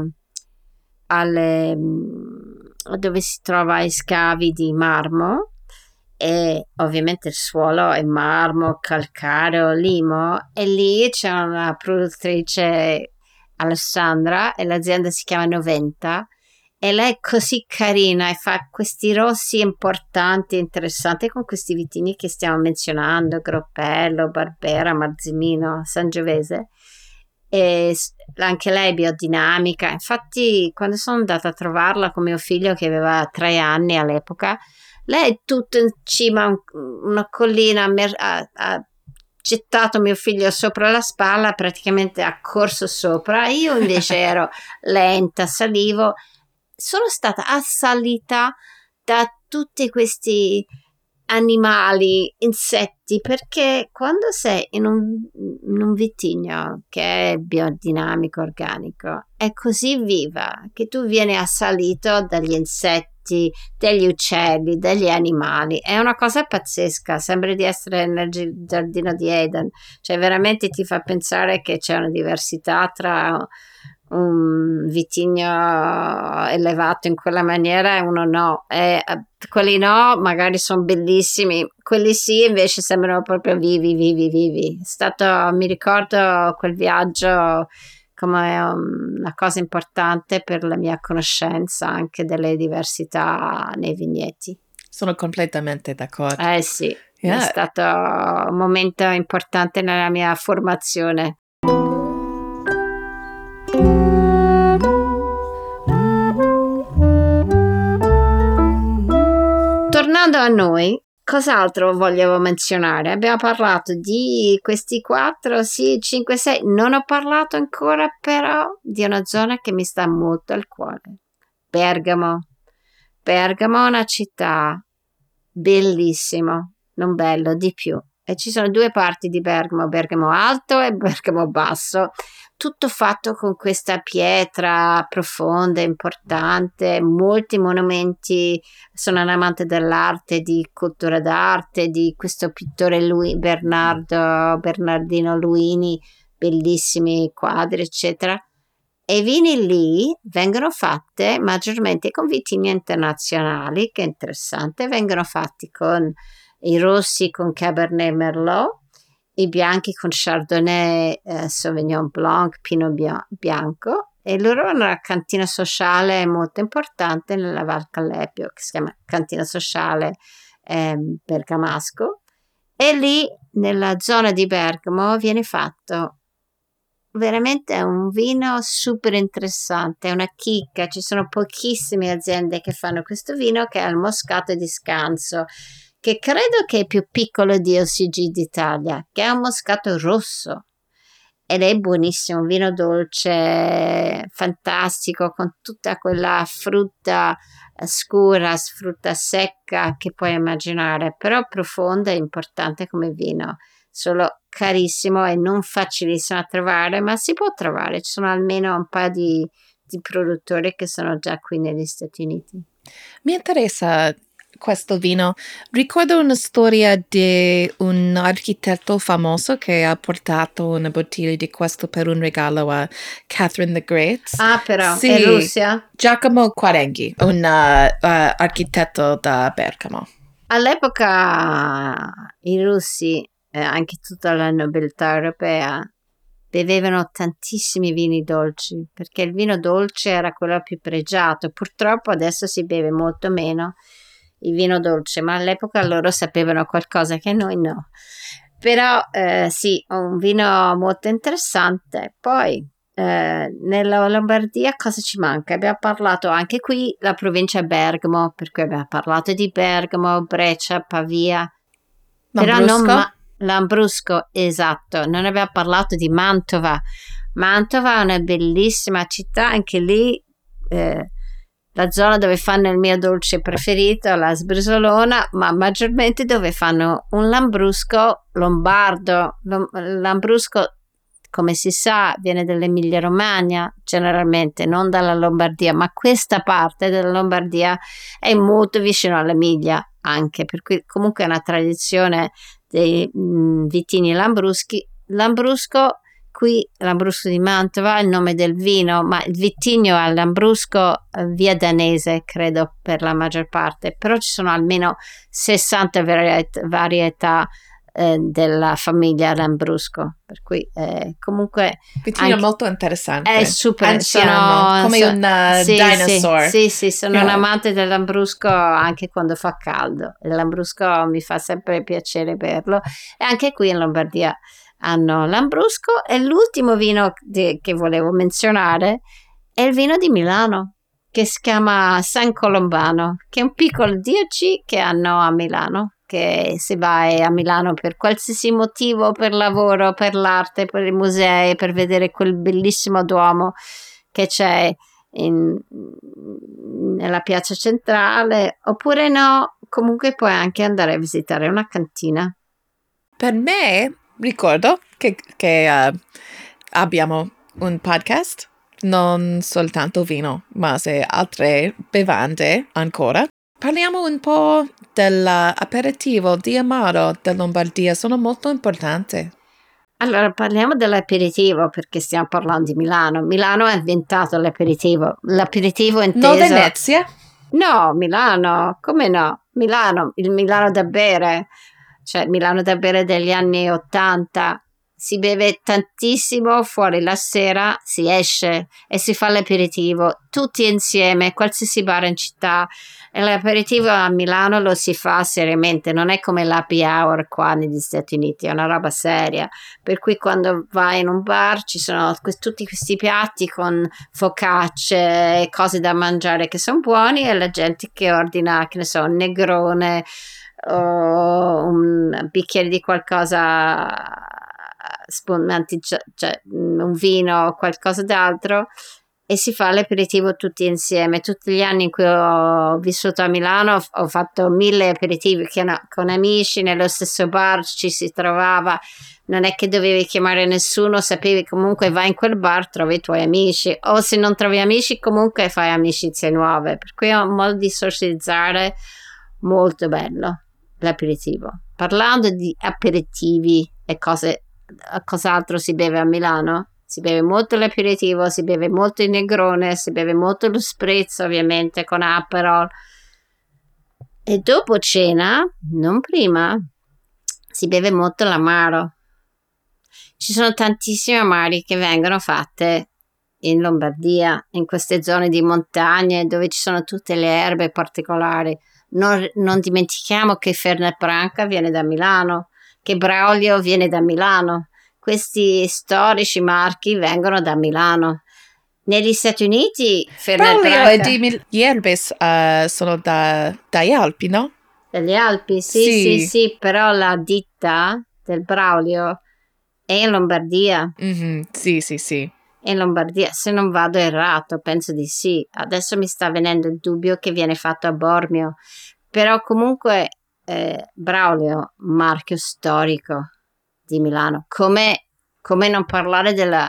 Speaker 1: dove si trova i scavi di marmo, e ovviamente il suolo è marmo, calcareo, limo, e lì c'è una produttrice, Alessandra, e l'azienda si chiama Noventa, e lei è così carina e fa questi rossi importanti e interessanti con questi vitigni che stiamo menzionando: Groppello, Barbera, Marzemino, Sangiovese. E anche lei è biodinamica. Infatti, quando sono andata a trovarla con mio figlio, che aveva 3 anni all'epoca, lei è tutto in cima a una collina, ha gettato mio figlio sopra la spalla, praticamente ha corso sopra. Io invece ero lenta, salivo. Sono stata assalita da tutti questi animali, insetti, perché quando sei in un vitigno che è biodinamico, organico, è così viva che tu vieni assalito dagli insetti, degli uccelli, degli animali. È una cosa pazzesca, sembra di essere nel giardino di Eden, cioè veramente ti fa pensare che c'è una diversità tra un vitigno elevato in quella maniera e uno no, quelli no magari sono bellissimi, quelli sì invece sembrano proprio vivi. È stato, mi ricordo quel viaggio come una cosa importante per la mia conoscenza anche delle diversità nei vigneti.
Speaker 2: Sono completamente d'accordo.
Speaker 1: Sì,
Speaker 2: Yeah.
Speaker 1: è stato un momento importante nella mia formazione. Tornando a noi, cos'altro volevo menzionare? Abbiamo parlato di questi 4, sì, 5, 6. Non ho parlato ancora però di una zona che mi sta molto al cuore. Bergamo. Bergamo è una città bellissima, non bello, di più. E ci sono 2 parti di Bergamo, Bergamo Alto e Bergamo Basso, tutto fatto con questa pietra profonda, importante, molti monumenti. Sono un amante dell'arte, di cultura d'arte, di questo pittore Bernardino Luini, bellissimi quadri, eccetera. E i vini lì vengono fatte maggiormente con vitigni internazionali, che è interessante, vengono fatti con i rossi con Cabernet Merlot, i bianchi con Chardonnay, Sauvignon Blanc, Pinot Bianco, e loro hanno una cantina sociale molto importante nella Val Callepio che si chiama Cantina Sociale Bergamasco, e lì nella zona di Bergamo viene fatto veramente un vino super interessante, è una chicca, ci sono pochissime aziende che fanno questo vino, che è il Moscato di Scanso, che credo che è più piccolo di OCG d'Italia, che è un moscato rosso ed è buonissimo, un vino dolce, fantastico, con tutta quella frutta scura, frutta secca che puoi immaginare, però profonda e importante come vino, solo carissimo e non facilissimo da trovare, ma si può trovare, ci sono almeno un paio di produttori che sono già qui negli Stati Uniti.
Speaker 2: Mi interessa questo vino, ricordo una storia di un architetto famoso che ha portato una bottiglia di questo per un regalo a Catherine the Great.
Speaker 1: Ah, però,
Speaker 2: Sì,
Speaker 1: è Russia?
Speaker 2: Giacomo Quarenghi, un architetto da Bergamo.
Speaker 1: All'epoca i russi, anche tutta la nobiltà europea, bevevano tantissimi vini dolci, perché il vino dolce era quello più pregiato. Purtroppo adesso si beve molto meno il vino dolce, ma all'epoca loro sapevano qualcosa che noi no. Però sì, un vino molto interessante. Poi nella Lombardia cosa ci manca? Abbiamo parlato anche qui la provincia Bergamo, per cui abbiamo parlato di Bergamo, Brescia, Pavia, però non
Speaker 2: Lambrusco?
Speaker 1: Lambrusco, esatto, non abbiamo parlato di Mantova. Mantova è una bellissima città, anche lì la zona dove fanno il mio dolce preferito, la sbrisolona, ma maggiormente dove fanno un lambrusco lombardo. Lambrusco, come si sa, viene dall'Emilia Romagna, generalmente, non dalla Lombardia, ma questa parte della Lombardia è molto vicino all'Emilia anche, per cui comunque è una tradizione dei vitini lambruschi. Lambrusco, qui Lambrusco di Mantova è il nome del vino, ma il vitigno è Lambrusco via Danese, credo, per la maggior parte, però ci sono almeno 60 varietà della famiglia Lambrusco, per cui comunque
Speaker 2: Vitigno molto interessante.
Speaker 1: è super
Speaker 2: anziano, come un
Speaker 1: sì,
Speaker 2: dinosaur.
Speaker 1: sì, sono un amante del Lambrusco anche quando fa caldo. Il Lambrusco mi fa sempre piacere berlo, e anche qui in Lombardia hanno Lambrusco. E l'ultimo vino che volevo menzionare è il vino di Milano, che si chiama San Colombano, che è un piccolo DOC che hanno a Milano, che si va a Milano per qualsiasi motivo, per lavoro, per l'arte, per i musei, per vedere quel bellissimo Duomo che c'è nella piazza centrale, oppure no, comunque puoi anche andare a visitare una cantina.
Speaker 2: Per me, ricordo che abbiamo un podcast, non soltanto vino, ma se altre bevande ancora. Parliamo un po' dell'aperitivo di Amaro della Lombardia, sono molto importanti.
Speaker 1: Allora, parliamo dell'aperitivo perché stiamo parlando di Milano. Milano ha inventato l'aperitivo. L'aperitivo inteso...
Speaker 2: No, Venezia?
Speaker 1: No, Milano, come no? Milano, il Milano da bere, cioè Milano da bere degli anni 80. Si beve tantissimo fuori la sera, si esce e si fa l'aperitivo tutti insieme, qualsiasi bar in città. E l'aperitivo a Milano lo si fa seriamente, non è come l'happy hour qua negli Stati Uniti, è una roba seria. Per cui quando vai in un bar ci sono tutti questi piatti con focacce e cose da mangiare che sono buoni, e la gente che ordina, che ne so, un negrone o un bicchiere di qualcosa spumante, cioè un vino o qualcosa d'altro, e si fa l'aperitivo tutti insieme. Tutti gli anni in cui ho vissuto a Milano ho fatto 1000 aperitivi con amici nello stesso bar, ci si trovava, non è che dovevi chiamare nessuno, sapevi comunque vai in quel bar, trovi i tuoi amici, o se non trovi amici comunque fai amicizie nuove, per cui è un modo di socializzare molto bello l'aperitivo. Parlando di aperitivi e cos'altro si beve a Milano? Si beve molto l'aperitivo, si beve molto il negrone, si beve molto lo spritz, ovviamente con Aperol, e dopo cena, non prima, si beve molto l'amaro. Ci sono tantissime amari che vengono fatte in Lombardia, in queste zone di montagne dove ci sono tutte le erbe particolari. Non dimentichiamo che Fernet Branca viene da Milano, che Braulio viene da Milano. Questi storici marchi vengono da Milano. Negli Stati Uniti Fernet
Speaker 2: Braulio
Speaker 1: Branca...
Speaker 2: e gli Erbes sono dagli Alpi, no?
Speaker 1: Dagli Alpi, sì, però la ditta del Braulio è in Lombardia.
Speaker 2: Mm-hmm. Sì.
Speaker 1: In Lombardia, se non vado errato, penso di sì. Adesso mi sta venendo il dubbio che viene fatto a Bormio, però comunque Braulio, marchio storico di Milano. Come non parlare della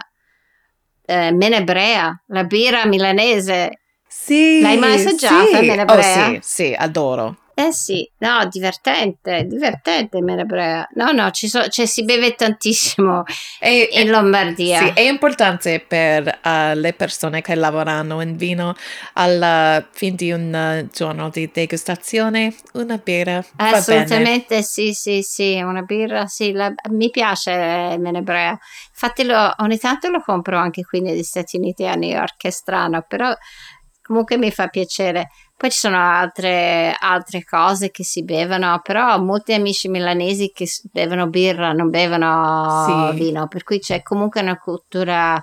Speaker 1: Menebrea, la birra milanese.
Speaker 2: Sì,
Speaker 1: L'hai mai assaggiata,
Speaker 2: sì.
Speaker 1: Menebrea?
Speaker 2: Oh sì, adoro.
Speaker 1: Sì, no, divertente Menabrea. No, cioè, si beve tantissimo in
Speaker 2: Sì,
Speaker 1: Lombardia.
Speaker 2: è importante per le persone che lavorano in vino alla fine di un giorno di degustazione, una birra va bene.
Speaker 1: Assolutamente sì, una birra, sì, mi piace Menabrea. Infatti ogni tanto lo compro anche qui negli Stati Uniti, a New York, che è strano, però comunque mi fa piacere. Poi ci sono altre cose che si bevono, però ho molti amici milanesi che bevono birra, non bevono
Speaker 2: Sì.
Speaker 1: vino, per cui c'è comunque una cultura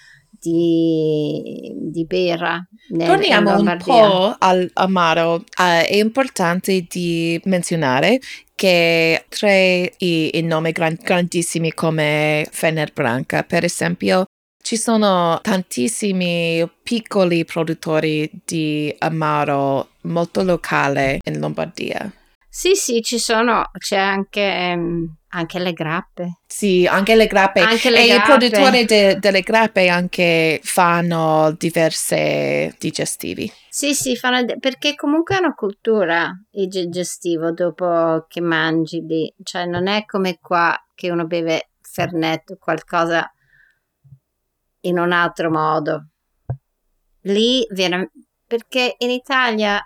Speaker 1: di birra in
Speaker 2: Torniamo un
Speaker 1: Lombardia.
Speaker 2: po' all'amaro. È importante di menzionare che tra i nomi grandissimi come Fernet Branca, per esempio, ci sono tantissimi piccoli produttori di amaro molto locale in Lombardia.
Speaker 1: Sì, c'è anche le grappe.
Speaker 2: Sì, anche le grappe.
Speaker 1: Anche le
Speaker 2: E i
Speaker 1: grappe.
Speaker 2: produttori delle grappe anche fanno diverse digestivi.
Speaker 1: Sì, perché comunque è una cultura il digestivo dopo che mangi lì. Cioè non è come qua che uno beve Fernet o qualcosa in un altro modo. Lì viene, perché in Italia,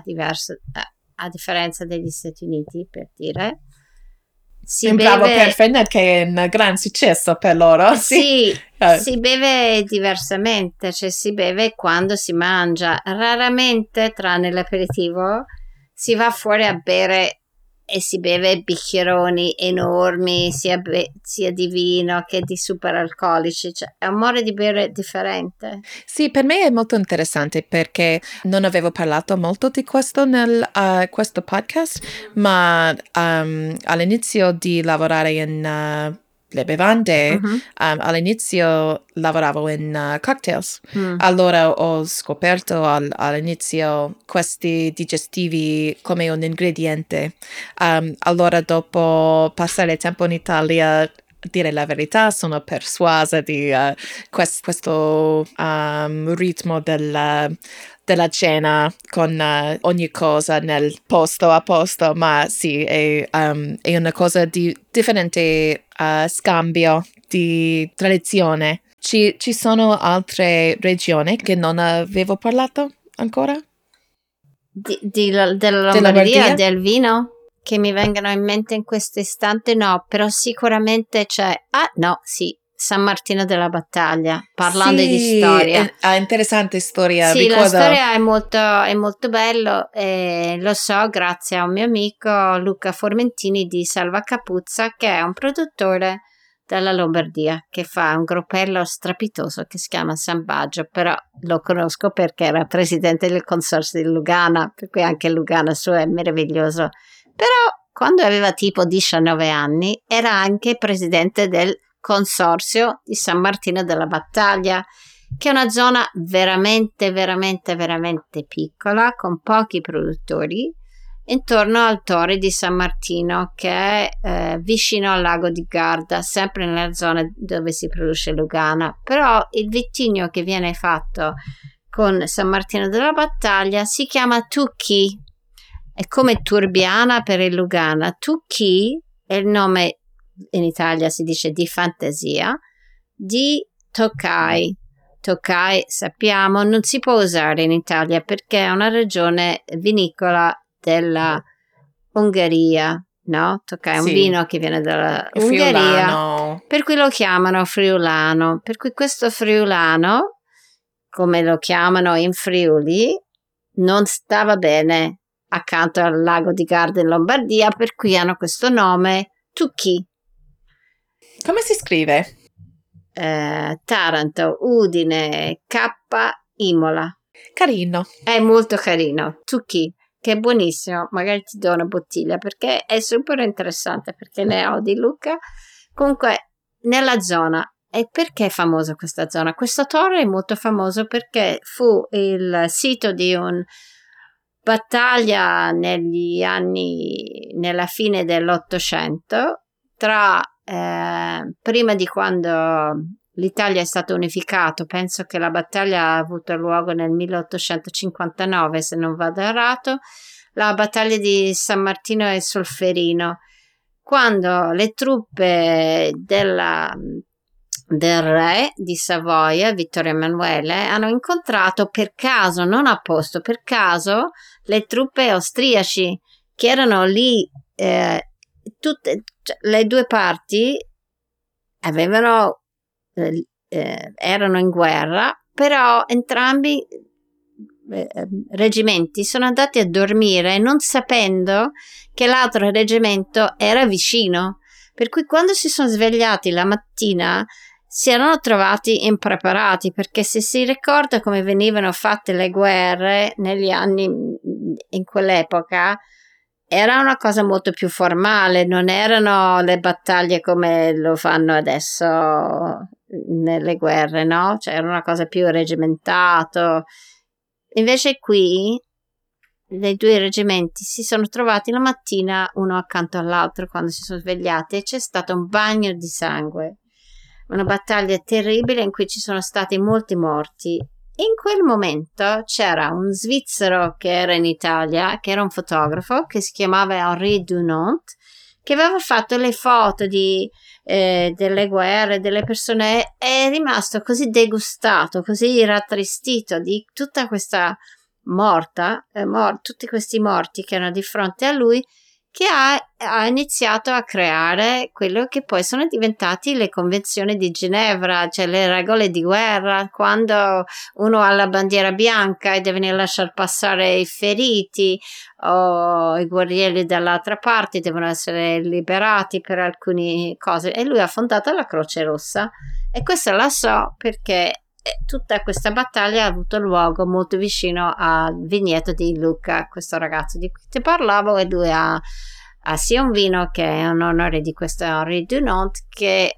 Speaker 1: a differenza degli Stati Uniti, per dire, si
Speaker 2: Bravo per
Speaker 1: beve.
Speaker 2: Fernet che è un gran successo per loro, sì.
Speaker 1: Sì,
Speaker 2: Eh,
Speaker 1: si beve diversamente, cioè si beve quando si mangia. Raramente, tranne l'aperitivo, si va fuori a bere e si beve bicchieroni enormi, sia di vino che di superalcolici. Cioè, è un modo di bere differente.
Speaker 2: sì, per me è molto interessante perché non avevo parlato molto di questo nel questo podcast, ma all'inizio di lavorare in le bevande,
Speaker 1: Mhm.
Speaker 2: all'inizio lavoravo in cocktails.
Speaker 1: Mm.
Speaker 2: Allora ho scoperto all'inizio questi digestivi come un ingrediente. Allora dopo passare tempo in Italia, a dire la verità, sono persuasa di questo ritmo della cena con ogni cosa nel posto a posto, ma sì, è una cosa di differente scambio di tradizione. Ci sono altre regioni che non avevo parlato ancora?
Speaker 1: Della
Speaker 2: Della
Speaker 1: Lombardia,
Speaker 2: Lombardia?
Speaker 1: del vino che mi vengono in mente in questo istante, no, però sicuramente c'è. Ah, no, sì, San Martino della Battaglia, parlando di
Speaker 2: Sì,
Speaker 1: storia.
Speaker 2: interessante storia,
Speaker 1: Sì, la
Speaker 2: ricordo.
Speaker 1: storia è molto bello e lo so grazie a un mio amico Luca Formentini di Salva Capuzza, che è un produttore dalla Lombardia che fa un groppello strepitoso che si chiama San Baggio, però lo conosco perché era presidente del consorzio di Lugana, per cui anche Lugana suo è meraviglioso. Però quando aveva tipo 19 anni era anche presidente del consorzio di San Martino della Battaglia, che è una zona veramente piccola, con pochi produttori, intorno al Torre di San Martino, che è vicino al lago di Garda, sempre nella zona dove si produce Lugana. Però il vitigno che viene fatto con San Martino della Battaglia si chiama Tucchi, è come Turbiana per il Lugana. Tucchi è il nome, in Italia si dice di fantasia, di Tokai. Tokai, sappiamo, non si può usare in Italia perché è una regione vinicola della Ungheria, no? Tokai è un
Speaker 2: Sì,
Speaker 1: vino che viene dalla
Speaker 2: il
Speaker 1: Ungheria,
Speaker 2: friulano.
Speaker 1: per cui lo chiamano friulano. Per cui questo friulano, come lo chiamano in Friuli, non stava bene accanto al lago di Garda in Lombardia, per cui hanno questo nome Tucchi.
Speaker 2: Come si scrive?
Speaker 1: Taranto, Udine, K, Imola.
Speaker 2: Carino.
Speaker 1: È molto carino. Tucchi, che è buonissimo. Magari ti do una bottiglia perché è super interessante, perché ne ho di Lucca. Comunque, nella zona. E perché è famosa questa zona? Questo torre è molto famoso perché fu il sito di un battaglia nella fine dell'Ottocento prima di quando l'Italia è stata unificata. Penso che la battaglia ha avuto luogo nel 1859, se non vado errato. la battaglia di San Martino e Solferino, quando le truppe del re di Savoia, Vittorio Emanuele, hanno incontrato per caso, non apposta, per caso, le truppe austriaci che erano lì, tutte, cioè, le due parti erano in guerra, però entrambi reggimenti sono andati a dormire non sapendo che l'altro reggimento era vicino, per cui quando si sono svegliati la mattina si erano trovati impreparati, perché se si ricorda come venivano fatte le guerre negli anni, in quell'epoca era una cosa molto più formale, non erano le battaglie come lo fanno adesso nelle guerre, no? Cioè era una cosa più regimentato. Invece qui i due reggimenti si sono trovati la mattina uno accanto all'altro quando si sono svegliati e c'è stato un bagno di sangue, una battaglia terribile in cui ci sono stati molti morti. In quel momento c'era un svizzero che era in Italia, che era un fotografo, che si chiamava Henri Dunant, che aveva fatto le foto delle guerre, delle persone, è rimasto così degustato, così rattristito di tutta questa tutti questi morti che erano di fronte a lui, che ha iniziato a creare quello che poi sono diventati le convenzioni di Ginevra, cioè le regole di guerra, quando uno ha la bandiera bianca e deve lasciar passare i feriti, o i guerrieri dall'altra parte devono essere liberati per alcune cose, e lui ha fondato la Croce Rossa, e questa la so perché tutta questa battaglia ha avuto luogo molto vicino al vigneto di Lucca, questo ragazzo di cui ti parlavo, e lui ha sia un vino che è in onore di questo Henri Dunant, che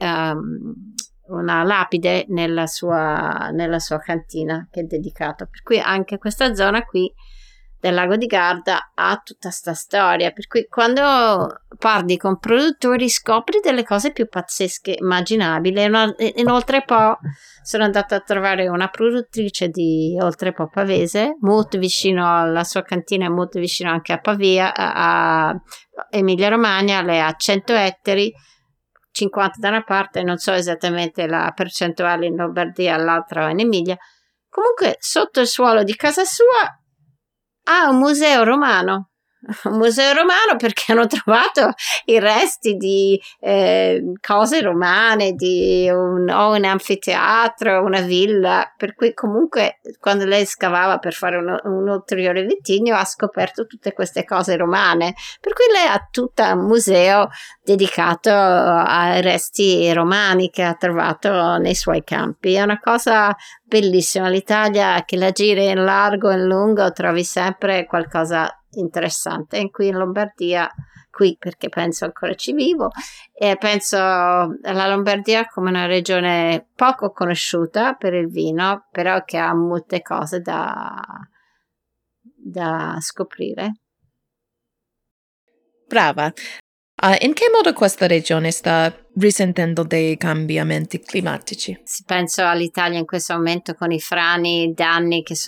Speaker 1: una lapide nella sua cantina che è dedicato, per cui anche questa zona qui del lago di Garda ha tutta sta storia, per cui quando parli con produttori scopri delle cose più pazzesche immaginabili. Inoltre poi sono andata a trovare una produttrice di Oltrepo Pavese, molto vicino alla sua cantina, molto vicino anche a Pavia, a Emilia Romagna. Lei ha 100 ettari, 50 da una parte, non so esattamente la percentuale in Lombardia, l'altra in Emilia. Comunque sotto il suolo di casa sua ha un museo romano perché hanno trovato i resti di cose romane, o un anfiteatro, una villa, per cui comunque quando lei scavava per fare un ulteriore vitigno ha scoperto tutte queste cose romane, per cui lei ha tutto un museo dedicato ai resti romani che ha trovato nei suoi campi. È una cosa bellissima. L'Italia, che la giri in largo e in lungo, trovi sempre qualcosa interessante. E qui in Lombardia, perché penso ancora ci vivo, e penso alla Lombardia come una regione poco conosciuta per il vino, però che ha molte cose da scoprire.
Speaker 2: Brava. In che modo questa regione sta risentendo dei cambiamenti climatici?
Speaker 1: Si penso all'Italia in questo momento con i frani, i danni che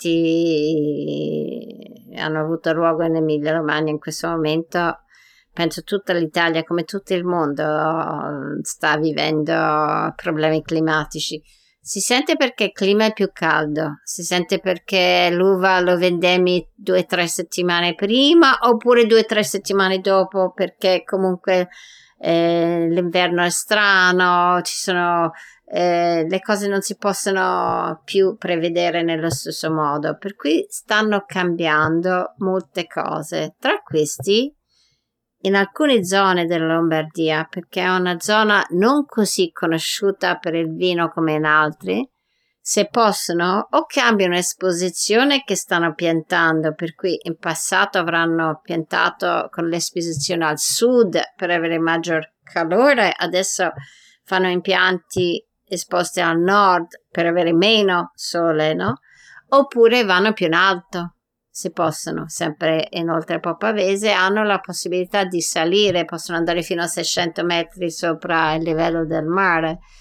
Speaker 1: hanno avuto luogo in Emilia Romagna in questo momento. Penso tutta l'Italia, come tutto il mondo, sta vivendo problemi climatici. Si sente perché il clima è più caldo, si sente perché l'uva lo vendemi 2 o 3 settimane prima, oppure 2 o 3 settimane dopo, perché comunque l'inverno è strano, ci sono le cose non si possono più prevedere nello stesso modo, per cui stanno cambiando molte cose. Tra questi, in alcune zone della Lombardia, perché è una zona non così conosciuta per il vino come in altri, se possono o cambiano esposizione che stanno piantando, per cui in passato avranno piantato con l'esposizione al sud per avere maggior calore, adesso fanno impianti esposti al nord per avere meno sole, no? Oppure vanno più in alto. Si possono, sempre in Oltrepo Pavese, hanno la possibilità di salire, possono andare fino a 600 metri sopra il livello del mare,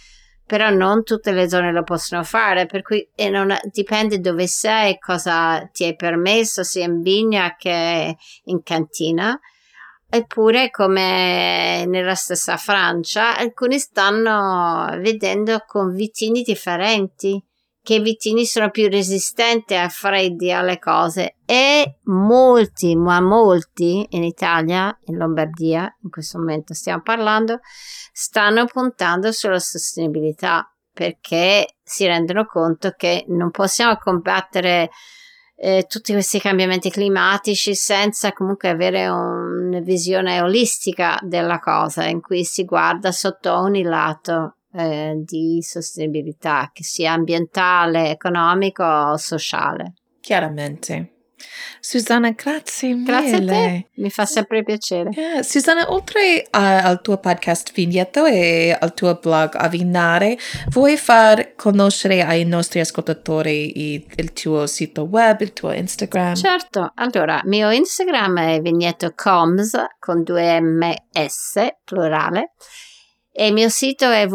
Speaker 1: però non tutte le zone lo possono fare, per cui dipende dove sei, cosa ti è permesso, sia in vigna che in cantina. Eppure, come nella stessa Francia, alcuni stanno vedendo con vitigni differenti, che vitigni sono più resistenti ai freddi, alle cose, e molti in Italia, in Lombardia, in questo momento stiamo parlando, stanno puntando sulla sostenibilità, perché si rendono conto che non possiamo combattere tutti questi cambiamenti climatici senza comunque avere una visione olistica della cosa, in cui si guarda sotto ogni lato di sostenibilità, che sia ambientale, economico o sociale.
Speaker 2: Chiaramente. Susanna, grazie mille.
Speaker 1: Grazie a te, mi fa sempre piacere.
Speaker 2: Susanna, oltre al tuo podcast Vigneto e al tuo blog Avinare, vuoi far conoscere ai nostri ascoltatori il tuo sito web, il tuo Instagram?
Speaker 1: Certo, allora, mio Instagram è vignettocoms con 2 ms, plurale, e il mio sito è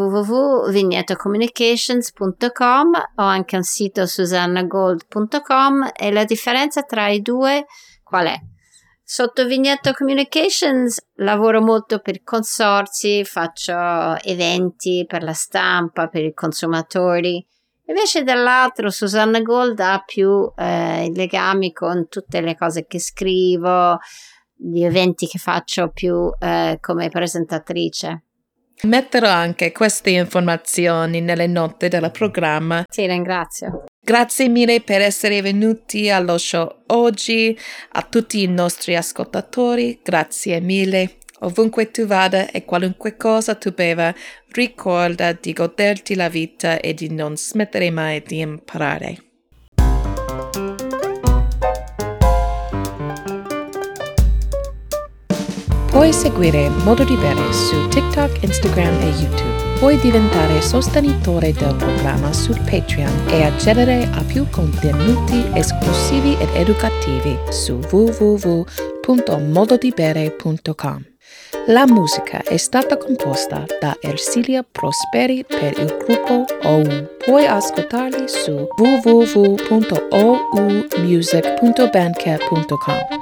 Speaker 1: www.vignetocommunications.com. Ho anche un sito susannagold.com, e la differenza tra i due qual è? Sotto Vignetto Communications lavoro molto per consorzi, faccio eventi per la stampa, per i consumatori. Invece dall'altro Susanna Gold ha più legami con tutte le cose che scrivo, gli eventi che faccio più come presentatrice.
Speaker 2: Metterò anche queste informazioni nelle note del programma.
Speaker 1: Ti ringrazio.
Speaker 2: Grazie mille per essere venuti allo show oggi, a tutti i nostri ascoltatori, grazie mille. Ovunque tu vada e qualunque cosa tu beva, ricorda di goderti la vita e di non smettere mai di imparare. Puoi seguire Modo di Bere su TikTok, Instagram e YouTube. Puoi diventare sostenitore del programma su Patreon e accedere a più contenuti esclusivi ed educativi su www.mododibere.com. La musica è stata composta da Ersilia Prosperi per il gruppo OU. Puoi ascoltarli su www.oumusic.bandcamp.com.